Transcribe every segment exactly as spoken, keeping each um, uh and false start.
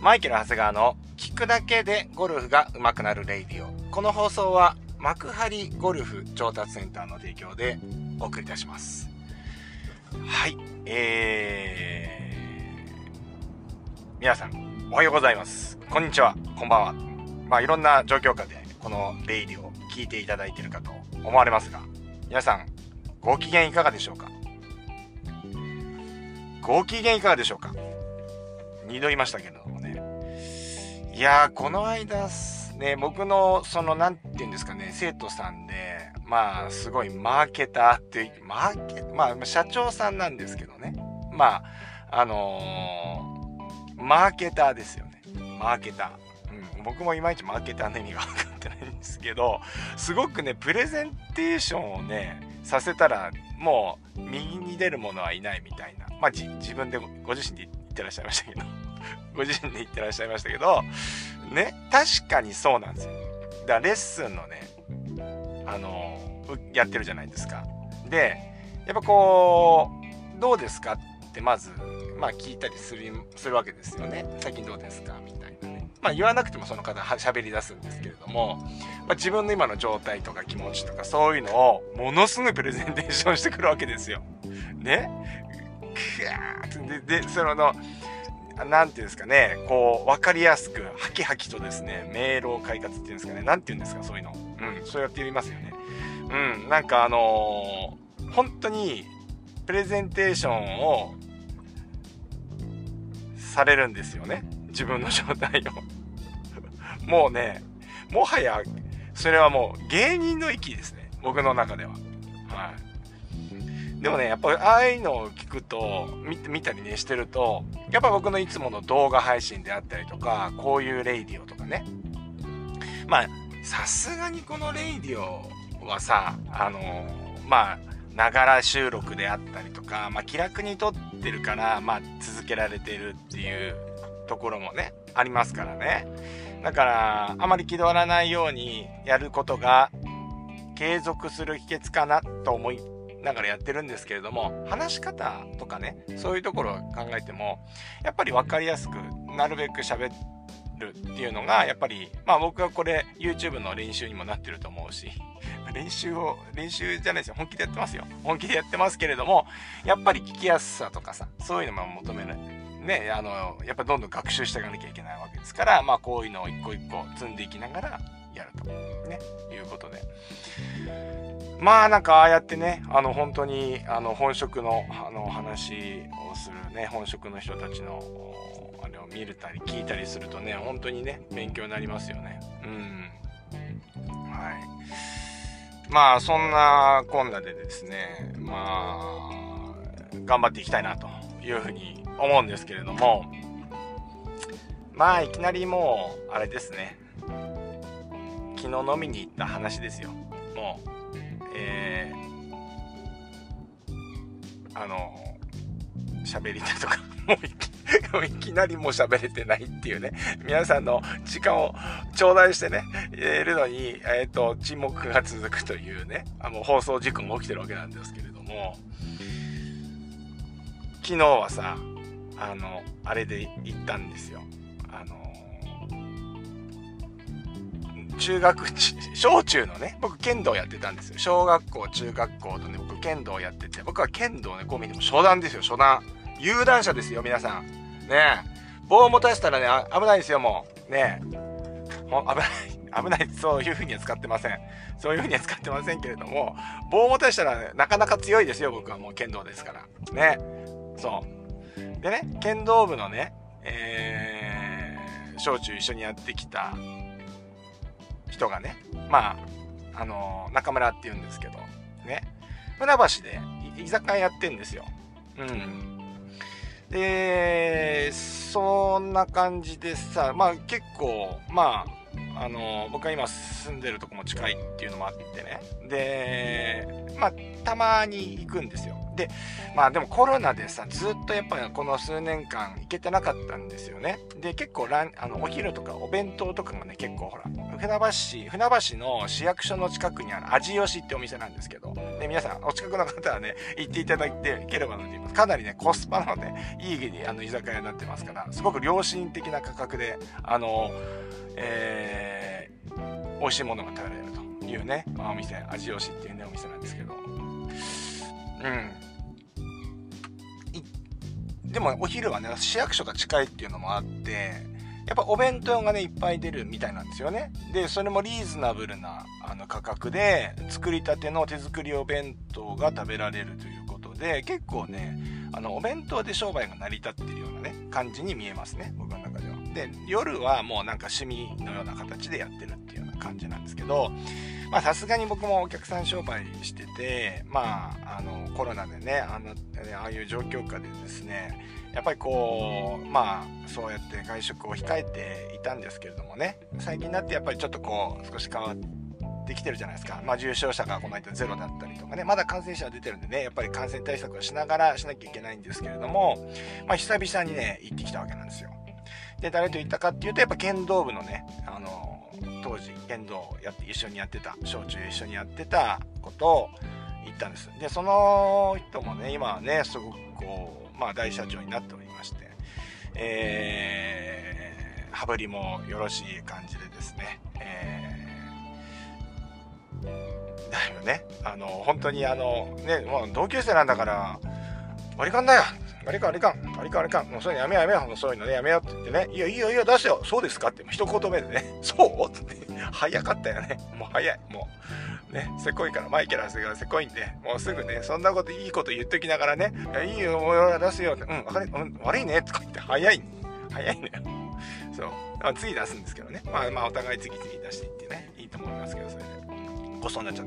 マイケル長谷川の聞くだけでゴルフが上手くなるレイディオ。この放送は幕張ゴルフ調達センターの提供でお送りいたします。はい、えー、皆さんおはようございます。こんにちは、こんばんは。まあいろんな状況下でこのレイディオを聞いていただいているかと思われますが、皆さんご機嫌いかがでしょうか。ご機嫌いかがでしょうか。にど言いましたけどもね。いやー、この間ね、僕のそのなんて言うんですかね、生徒さんで、まあすごいマーケターっていうマーケまあ社長さんなんですけどね、まああのー、マーケターですよね。マーケター、うん、僕もいまいちマーケターの意味が分かってないんですけど、すごくねプレゼンテーションをねさせたらもう右に出る者はいないみたいな、まあじ自分でご自身で言ってらっしゃいましたけどご自身で言ってらっしゃいましたけどね、確かにそうなんですよ。だからレッスンのね、あのー、やってるじゃないですか。でやっぱこうどうですかってまずまあ聞いたりするするわけですよね。最近どうですかみたいなね。まあ言わなくてもその方は喋り出すんですけれども、まあ、自分の今の状態とか気持ちとかそういうのをものすごいプレゼンテーションしてくるわけですよ。ね。くわーってででそのなんていうんですかね、こう分かりやすくハキハキとですね明朗快活っていうんですかね、なんていうんですかそういうの、うん、そうやって言いますよね。うん、なんかあのー、本当にプレゼンテーションをされるんですよね、自分の状態をもうね、もはやそれはもう芸人の域ですね、僕の中では。はい。でもね、やっぱりああいうのを聞くと 見, 見たりねしてると、やっぱ僕のいつもの動画配信であったりとか、こういうレイディオとかね、まあさすがにこのレイディオはさ、あのー、まあながら収録であったりとか、まあ気楽に撮ってるからまあ続けられてるっていうところもねありますからね。だからあまり気取らないようにやることが継続する秘訣かなと思いながらやってるんですけれども、話し方とかね、そういうところを考えてもやっぱり分かりやすくなるべく喋るっていうのがやっぱり、まあ僕はこれ YouTube の練習にもなってると思うし、練習を練習じゃないですよ、本気でやってますよ、本気でやってますけれども、やっぱり聞きやすさとかさ、そういうのも求めるね、あのやっぱどんどん学習していかなきゃいけないわけですから、まあこういうのを一個一個積んでいきながらやるとねいうことで、まあなんかああやってね、あの本当にあの本職のあの話をするね、本職の人たちのあれを見れたり聞いたりするとね、本当にね勉強になりますよね。うん、はい。まあそんなこんなでですね、まあ頑張っていきたいなというふうに思うんですけれども、まあいきなりもうあれですね、昨日飲みに行った話ですよ。もうえー、あの喋りたいとかもういきもういきなりもう喋れてないっていうね、皆さんの時間を頂戴してね入れるのに、えーと、沈黙が続くというね、あの放送事故も起きてるわけなんですけれども、昨日はさ、あのあれで行ったんですよ。あの中学小中のね、僕剣道やってたんですよ。小学校中学校とね僕剣道やってて、僕は剣道ね、こう見ても初段ですよ、初段。有段者ですよ皆さんね。棒を持たせたらね危ないですよ、もうね、危ない危ない、そういう風には使ってません、そういう風には使ってませんけれども、棒を持たせたら、ね、なかなか強いですよ、僕はもう剣道ですからね。そうでね、剣道部のね、えー、小中一緒にやってきた人がね、まああのー、中村って言うんですけどね、船橋で居酒屋やってんですよ。うんでそんな感じでさ、まあ結構まああのー、僕が今住んでるとこも近いっていうのもあってね、でまあたまに行くんですよ。でで、まあでもコロナでさ、ずっとやっぱりこの数年間行けてなかったんですよね。で、結構ランあのお昼とかお弁当とかもね、結構ほら、船橋市、船橋の市役所の近くにある味吉ってお店なんですけど、で、皆さんお近くの方はね、行っていただいていければなと言います。かなりね、コスパのね、いいあの居酒屋になってますから、すごく良心的な価格で、あの、えー、美味しいものが食べられるというね、お店、味吉っていうね、お店なんですけど、うん。でもお昼はね、市役所が近いっていうのもあって、やっぱお弁当がねいっぱい出るみたいなんですよね。でそれもリーズナブルなあの価格で作りたての手作りお弁当が食べられるということで、結構ねあのお弁当で商売が成り立ってるようなね感じに見えますね、僕の中では。で夜はもうなんか趣味のような形でやってるっていうような感じなんですけど、まあさすがに僕もお客さん商売してて、まああのコロナでねあのああいう状況下でですね、やっぱりこうまあそうやって外食を控えていたんですけれどもね、最近になってやっぱりちょっとこう少し変わってきてるじゃないですか。まあ重症者がこの間ゼロだったりとかね、まだ感染者は出てるんでね、やっぱり感染対策はしながらしなきゃいけないんですけれども、まあ久々にね行ってきたわけなんですよ。で誰と行ったかっていうと、やっぱ剣道部のねあの当時剣道をやって一緒にやってた、小中一緒にやってたことを行ったんです。でその人もね今はねすごくこうまあ大社長になっておりまして、えー、羽振りもよろしい感じでですね、えー、だいぶねあの本当にあのねもう同級生なんだから割り勘だよ、割り勘割り勘割り勘割り勘もうそういうのやめようやめよう、そういうのねやめようって言ってね、いやいいよいいよ出してよ、そうですかって一言目でね、そうって早かったよね、もう早い、もうねせこいからマイケルはせこいんで、もうすぐねそんなこといいこと言っときながらね、いやいいよもう出すよって、うん分かり、うん、悪いねとか言って早い早いのよ。そう、まあ、次出すんですけどね、まあまあお互い次々出していってねいいと思いますけど、それでごちそうになっちゃって、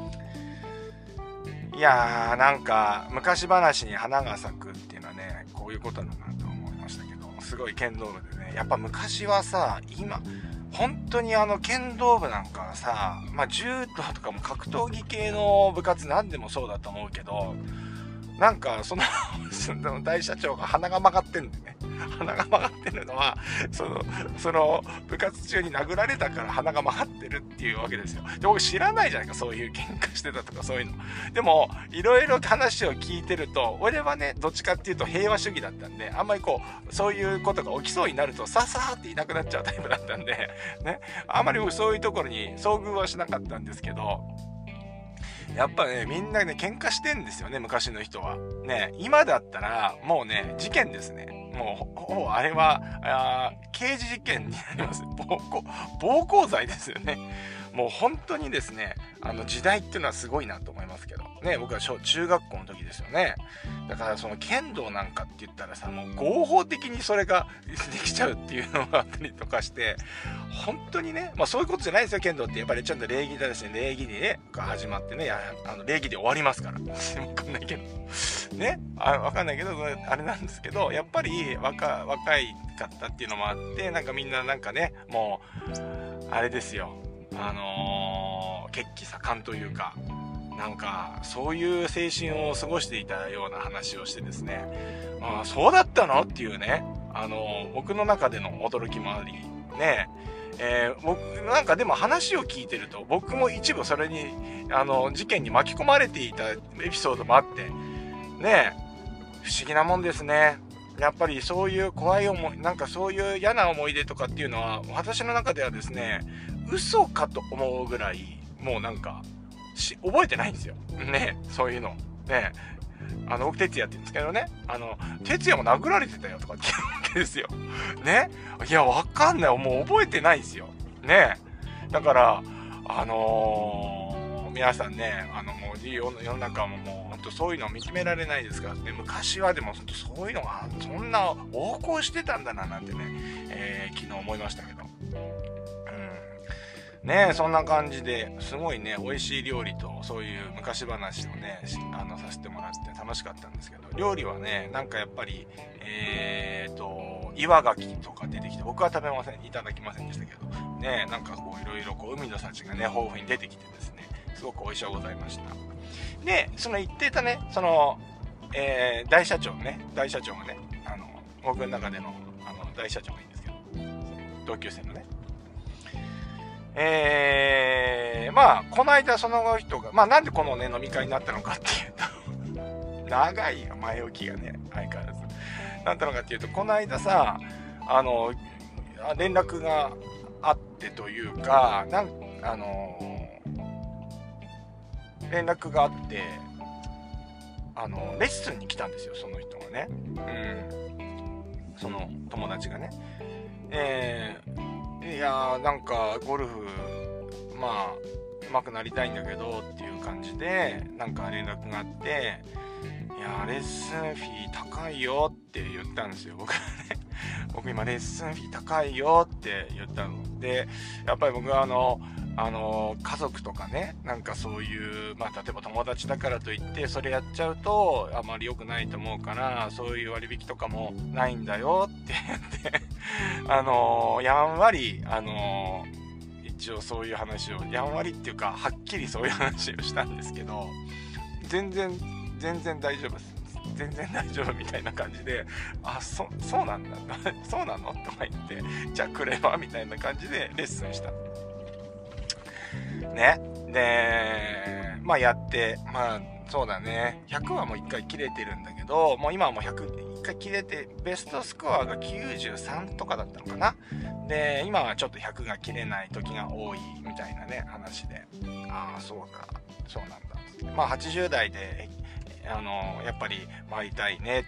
いやーなんか昔話に花が咲くっていうのはねこういうことだなと思いましたけど、すごい剣道部でね、やっぱ昔はさ、今本当にあの剣道部なんかはさ、まあ柔道とかも格闘技系の部活なんでもそうだと思うけど、なんかその大社長が鼻が曲がってんでね、鼻が曲がってるのはそのその部活中に殴られたから鼻が曲がってるっていうわけですよ。で僕知らないじゃないか、そういう喧嘩してたとかそういうの。でもいろいろ話を聞いてると、俺はねどっちかっていうと平和主義だったんで、あんまりこうそういうことが起きそうになるとささーっていなくなっちゃうタイプだったんでね、あんまり僕そういうところに遭遇はしなかったんですけど、やっぱねみんなね喧嘩してんですよね、昔の人はね。今だったらもうね事件ですね。もうほぼあれはあ刑事事件になります。暴行暴行罪ですよね。もう本当にですねあの時代っていうのはすごいなと思いますけどね。僕は小中学校の時ですよね。だからその剣道なんかって言ったらさ、もう合法的にそれができちゃうっていうのがあったりとかして、本当にね、まあそういうことじゃないですよ。剣道ってやっぱりちゃんと礼儀だですね、礼儀でね始まってね、やあの礼儀で終わりますから分かんないけどね、あ分かんないけどあれなんですけど、やっぱり若若いかったっていうのもあって、なんかみんななんかねもうあれですよ、あのー、血気盛んというか、なんかそういう青春を過ごしていたような話をしてですね、ああそうだったのっていうね、あのー、僕の中での驚きもありね、えー、僕なんかでも話を聞いてると、僕も一部それにあの事件に巻き込まれていたエピソードもあってね、不思議なもんですね。やっぱりそういう怖い思い、なんかそういう嫌な思い出とかっていうのは私の中ではですね、嘘かと思うぐらいもうなんかし覚えてないんですよね。そういうのね、あの僕哲也って言うんですけどね、あの哲也も殴られてたよとかって言うわけですよね。いやわかんない、もう覚えてないんですよね。だからあのー、皆さんね、あのもう世の中ももう本当そういうのを認められないですからね。昔はでも本当そういうのがそんな横行してたんだななんてね、えー、昨日思いましたけど、ねえ、そんな感じですごいね美味しい料理とそういう昔話をねあのさせてもらって楽しかったんですけど、料理はねなんかやっぱりえーと岩牡蠣とか出てきて、僕は食べません、いただきませんでしたけどね、なんかこういろいろこう海の幸がね豊富に出てきてですね、すごく美味しゅうございました。 で、その言ってたね、その、えー、大社長ね、大社長がね、あの、僕の中での、あの、大社長がいいんですけど、同級生のね。えー、まあ、この間その人が、まあなんでこのね、飲み会になったのかっていうと、長いよ、前置きがね、相変わらず。なんだのかっていうと、この間さ、あの、連絡があってというか、なん、あの、連絡があって、あの、レッスンに来たんですよ、その人がね。うん。その友達がね。えー、いやー、なんか、ゴルフ、まあ、上手くなりたいんだけどっていう感じで、なんか連絡があって、いやー、レッスンフィー高いよって言ったんですよ、僕はね。僕今レッスンフィー高いよって言ったので、やっぱり僕はあの、あの家族とかね、なんかそういう、まあ、例えば友達だからといってそれやっちゃうとあまり良くないと思うから、そういう割引とかもないんだよって言ってあのやんわり、あの一応そういう話をやんわりっていうかはっきりそういう話をしたんですけど、全然全然大丈夫です、全然大丈夫みたいな感じで、あ、そそうなんだそうなのとか言って、じゃあくればみたいな感じでレッスンしたね。で、まあやって、まあそうだね、ひゃくはもういっかい切れてるんだけど、もう今はもうひゃくいっかい切れて、ベストスコアがきゅうじゅうさんとかだったのかな。で、今はちょっとひゃくが切れない時が多いみたいなね話で、ああそうか、そうなんだ。まあはちじゅう代であのやっぱり回りたいねって、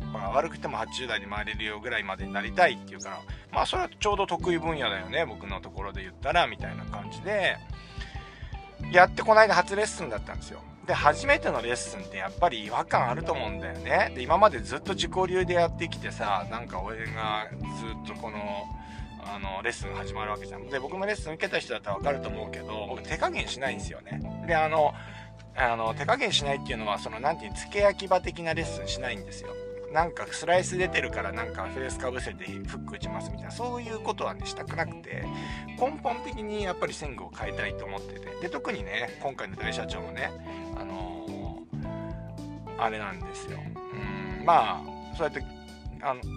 まあ、悪くてもはちじゅう代で回れるよぐらいまでになりたいって言うから、まあそれはちょうど得意分野だよね、僕のところで言ったらみたいな感じでやって、この間初レッスンだったんですよ。で、初めてのレッスンってやっぱり違和感あると思うんだよね。で、今までずっと自己流でやってきてさ、なんか俺がずっとこのあのレッスンが始まるわけじゃん。で、僕のレッスン受けた人だったら分かると思うけど、僕手加減しないんですよね。で、あのあの手加減しないっていうのは、そのなんていう付け焼き場的なレッスンしないんですよ。なんかスライス出てるからなんかフェースかぶせてフック打ちますみたいな、そういうことはねしたくなくて、根本的にやっぱりスイングを変えたいと思ってて、で特にね今回の大社長もね、あのー、あれなんですよ。うん、まあそうやってあの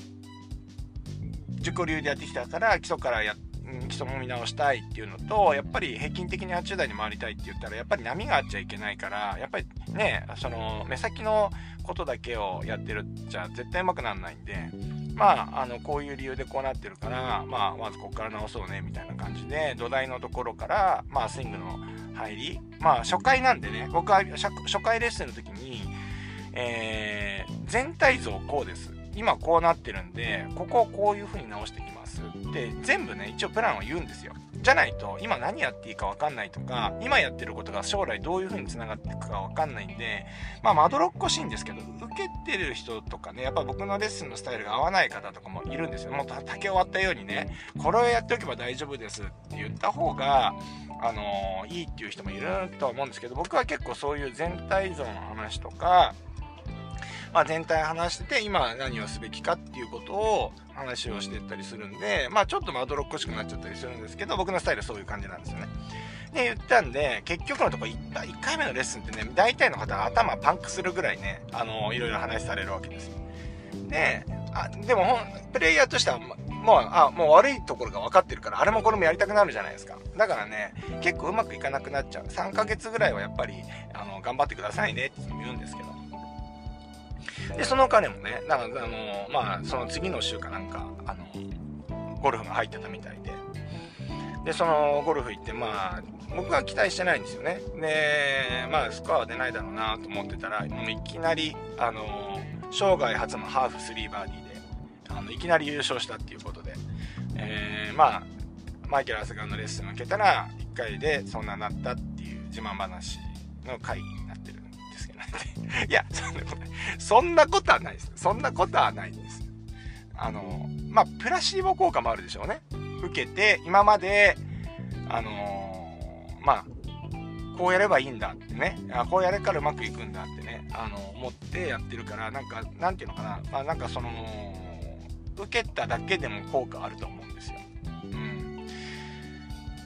自己流でやってきたから基礎からや基礎も見直したいっていうのと、やっぱり平均的にはちじゅう代に回りたいって言ったらやっぱり波があっちゃいけないから、やっぱりね、その目先のことだけをやってるじゃ絶対うまくならないんで、まああのこういう理由でこうなってるから、まあまずここから直そうねみたいな感じで、土台のところからまあスイングの入り、まあ初回なんでね、僕は初回レッスンの時に、えー、全体像こうです、今こうなってるんでここをこういう風に直していきますって全部ね一応プランを言うんですよ。じゃないと今何やっていいか分かんないとか、今やってることが将来どういう風につながっていくか分かんないんで、まあまどろっこしいんですけど、受けてる人とかね、やっぱ僕のレッスンのスタイルが合わない方とかもいるんですよ。もう竹終わったようにね、これをやっておけば大丈夫ですって言った方があのー、いいっていう人もいるとは思うんですけど、僕は結構そういう全体像の話とか、まあ、全体話してて今何をすべきかっていうことを話をしていったりするんで、まあちょっとまどろっこしくなっちゃったりするんですけど、僕のスタイルはそういう感じなんですよね。で言ったんで、結局のところいっかいめのレッスンってね、大体の方は頭パンクするぐらいね、あのいろいろ話されるわけですよ。で、あでもプレイヤーとしてはもうあもう悪いところが分かってるから、あれもこれもやりたくなるじゃないですか。だからね、結構うまくいかなくなっちゃう。さんかげつぐらいはやっぱりあの頑張ってくださいねって言うんですけど、でその彼もね、だからあのまあその次の週かなんかあのゴルフが入ってたみたいで、でそのゴルフ行って、まあ僕は期待してないんですよね。でまあスコアは出ないだろうなと思ってたら、もういきなりあの生涯初のハーフスリーバーディーであのいきなり優勝したっていうことで、えー、まあマイケル・アスガンのレッスンを受けたらいっかいでそんななったっていう自慢話の回になってるんですけどね。いやそんなことない、そんなことはないです。そんなことはないんです。あのまあプラシーボ効果もあるでしょうね。受けて今まであのー、まあこうやればいいんだってね、あこうやれからうまくいくんだってね、あの思ってやってるから、なんかなんていうのかな、まあなんかその受けただけでも効果あると思うんですよ。うん。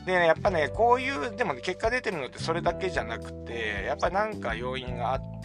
でね、やっぱね、こういう、でもね、結果出てるのってそれだけじゃなくて、やっぱなんか要因があって、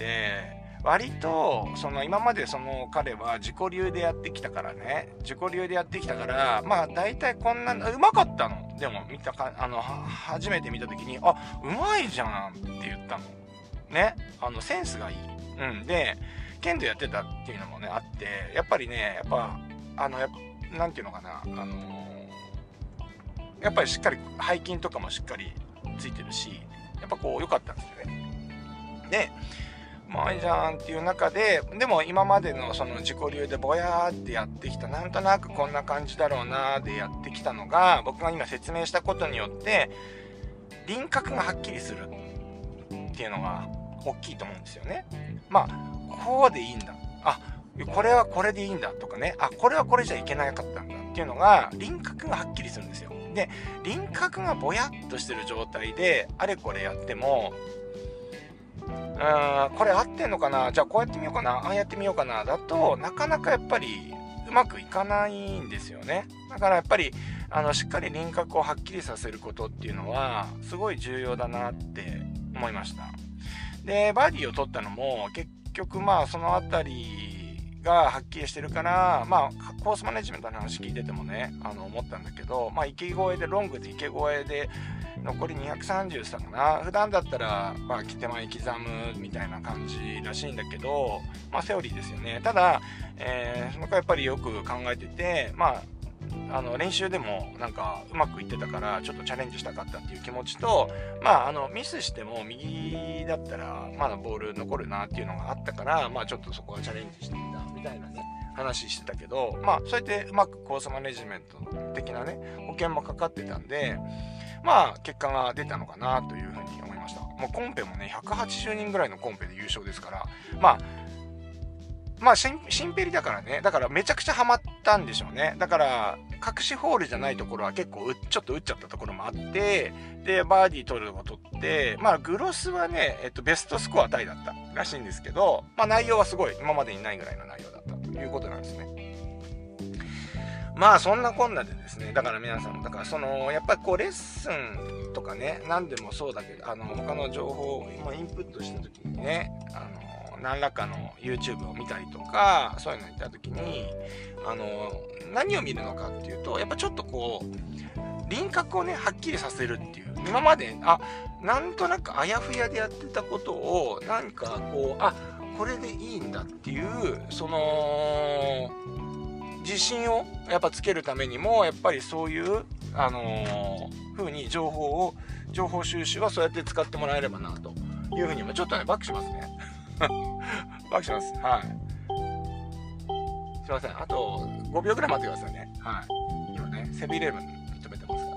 割と、その今までその彼は自己流でやってきたからね、自己流でやってきたから、まあ大体こんな、うまかったの。でも見たか、あの、初めて見た時に、あ、うまいじゃんって言ったの。ね。あの、センスがいい。うん。で、剣道やってたっていうのもね、あって、やっぱりね、やっぱ、あの、やなんていうのかな、あのー、やっぱりしっかり背筋とかもしっかりついてるし、やっぱこう良かったんですよね。で、まあいいじゃんっていう中で、でも今までのその自己流でぼやーってやってきた、なんとなくこんな感じだろうなーでやってきたのが、僕が今説明したことによって輪郭がはっきりするっていうのが大きいと思うんですよね。まあこうでいいんだ、あ、これはこれでいいんだとかね、あ、これはこれじゃいけなかったんだっていうのが輪郭がはっきりするんですよ。で、輪郭がぼやっとしてる状態であれこれやっても、うーん、これ合ってんのかな、じゃあこうやってみようかな、ああやってみようかなだとなかなかやっぱりうまくいかないんですよね。だからやっぱりあのしっかり輪郭をはっきりさせることっていうのはすごい重要だなって思いました。で、バーディーを取ったのも結局まあそのあたりがはっきりしてるから、まあコースマネジメントの話聞いててもね、あの思ったんだけど、まあ池越えでロングで池越えで残りにひゃくさんじゅうさんかな。普段だったらまあ手前刻むみたいな感じらしいんだけど、まあセオリーですよね。ただ、えー、その子やっぱりよく考えてて、まああの練習でもなんかうまくいってたからちょっとチャレンジしたかったっていう気持ちと、まああのミスしても右だったらまだボール残るなっていうのがあったから、まあちょっとそこはチャレンジしてみたみたいなね話してたけど、まあそうやってうまくコースマネジメント的なね保険もかかってたんで、まあ結果が出たのかなというふうに思いました。もうコンペもねひゃくはちじゅうにんぐらいのコンペで優勝ですから、まあまあシン、シンペリだからね。だからめちゃくちゃハマったんでしょうね。だから、隠しホールじゃないところは結構う、ちょっと打っちゃったところもあって、で、バーディー取るのを取って、まあ、グロスはね、えっと、ベストスコアタイだったらしいんですけど、まあ、内容はすごい、今までにないぐらいの内容だったということなんですね。まあ、そんなこんなでですね、だから皆さん、だからその、やっぱりこう、レッスンとかね、何でもそうだけど、あの、他の情報を今インプットしたときにね、あの、何らかの YouTube を見たりとかそういうのを見た時にあの何を見るのかっていうと、やっぱちょっとこう輪郭をねはっきりさせるっていう、今まであなんとなくあやふやでやってたことを何かこうあこれでいいんだっていうその自信をやっぱつけるためにもやっぱりそういうあのー、風に情報を情報収集はそうやって使ってもらえればなというふうにちょっとねバックしますねバックします。はい。すいません。あとごびょうぐらい待ってくださいね。はい。今ね、セブンイレブン認めてますから。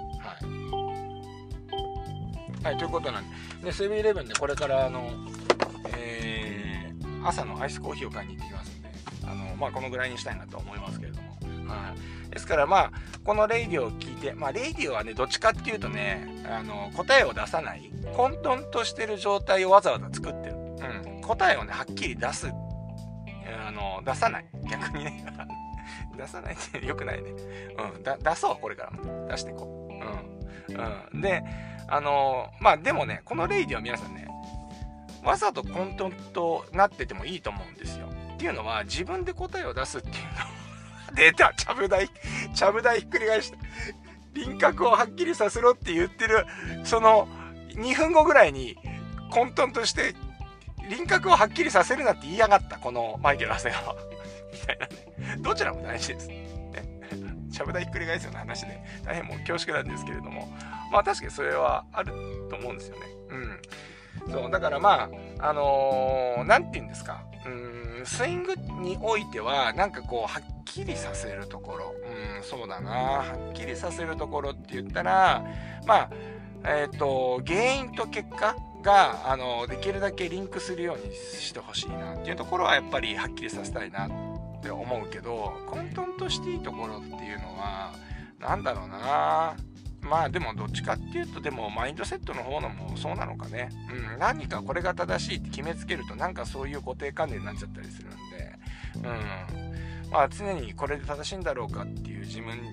はい。はい、ということなんで、でセブンイレブンでこれからあの、えー、朝のアイスコーヒーを買いに行ってきますんで、あの、まあ、このぐらいにしたいなと思いますけれども。はい。ですからまあ、このレイディオを聞いて、まあ、レイディオはね、どっちかっていうとね、あの、答えを出さない、混沌としてる状態をわざわざ作ってる。うん。答えをねはっきり出すあの出さない、逆にね出さないってよくないね。うんだ出そう、これからも出していこう。うんうんであのまあでもねこのレイディは皆さんねわざと混沌となっててもいいと思うんですよ。っていうのは自分で答えを出すっていうの出たちゃぶ台ちゃぶ台ひっくり返した。輪郭をはっきりさせろって言ってるそのにふんごぐらいに混沌として輪郭をはっきりさせるなって言いやがったこのマイケル・ハセガワみたいなね、どちらも大事です、ね、ちゃぶ台ひっくり返すような話で大変もう恐縮なんですけれども、まあ確かにそれはあると思うんですよね。うんそうだからまああのー、なんて言うんですか、うーんスイングにおいてはなんかこうはっきりさせるところ、うんそうだなはっきりさせるところって言ったらまあえっと原因と結果があのできるだけリンクするようにしてほしいなっていうところはやっぱりはっきりさせたいなって思うけど、混沌としていいところっていうのはなんだろうな、まあでもどっちかっていうとでもマインドセットの方のもそうなのかね。うん何かこれが正しいって決めつけるとなんかそういう固定観念になっちゃったりするんで、うんまあ常にこれで正しいんだろうかっていう自分に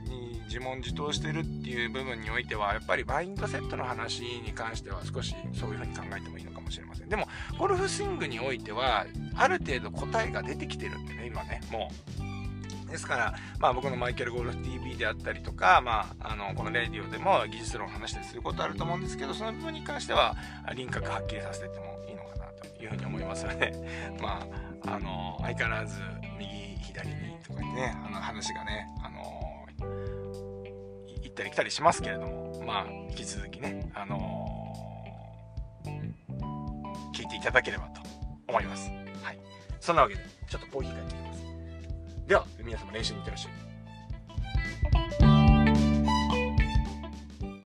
自問自答してるっていう部分においては、やっぱりマインドセットの話に関しては少しそういう風に考えてもいいのかもしれません。でもゴルフスイングにおいてはある程度答えが出てきてるんでね、今ね、もうですから、まあ、僕のマイケルゴルフ ティーブイ であったりとか、まあ、あのこのレディオでも技術論を話したりすることあると思うんですけど、その部分に関しては輪郭はっきりさせていってもいいのかなというふうに思いますのでまあ、あの相変わらず右左にとかにね、あの話がね、あの行ったり来たりしますけれども、まあ引き続きね、あの聞いていただければと思います。はい、そんなわけでちょっとコーヒー買ってきます。では皆様練習に行ってらっしゃい。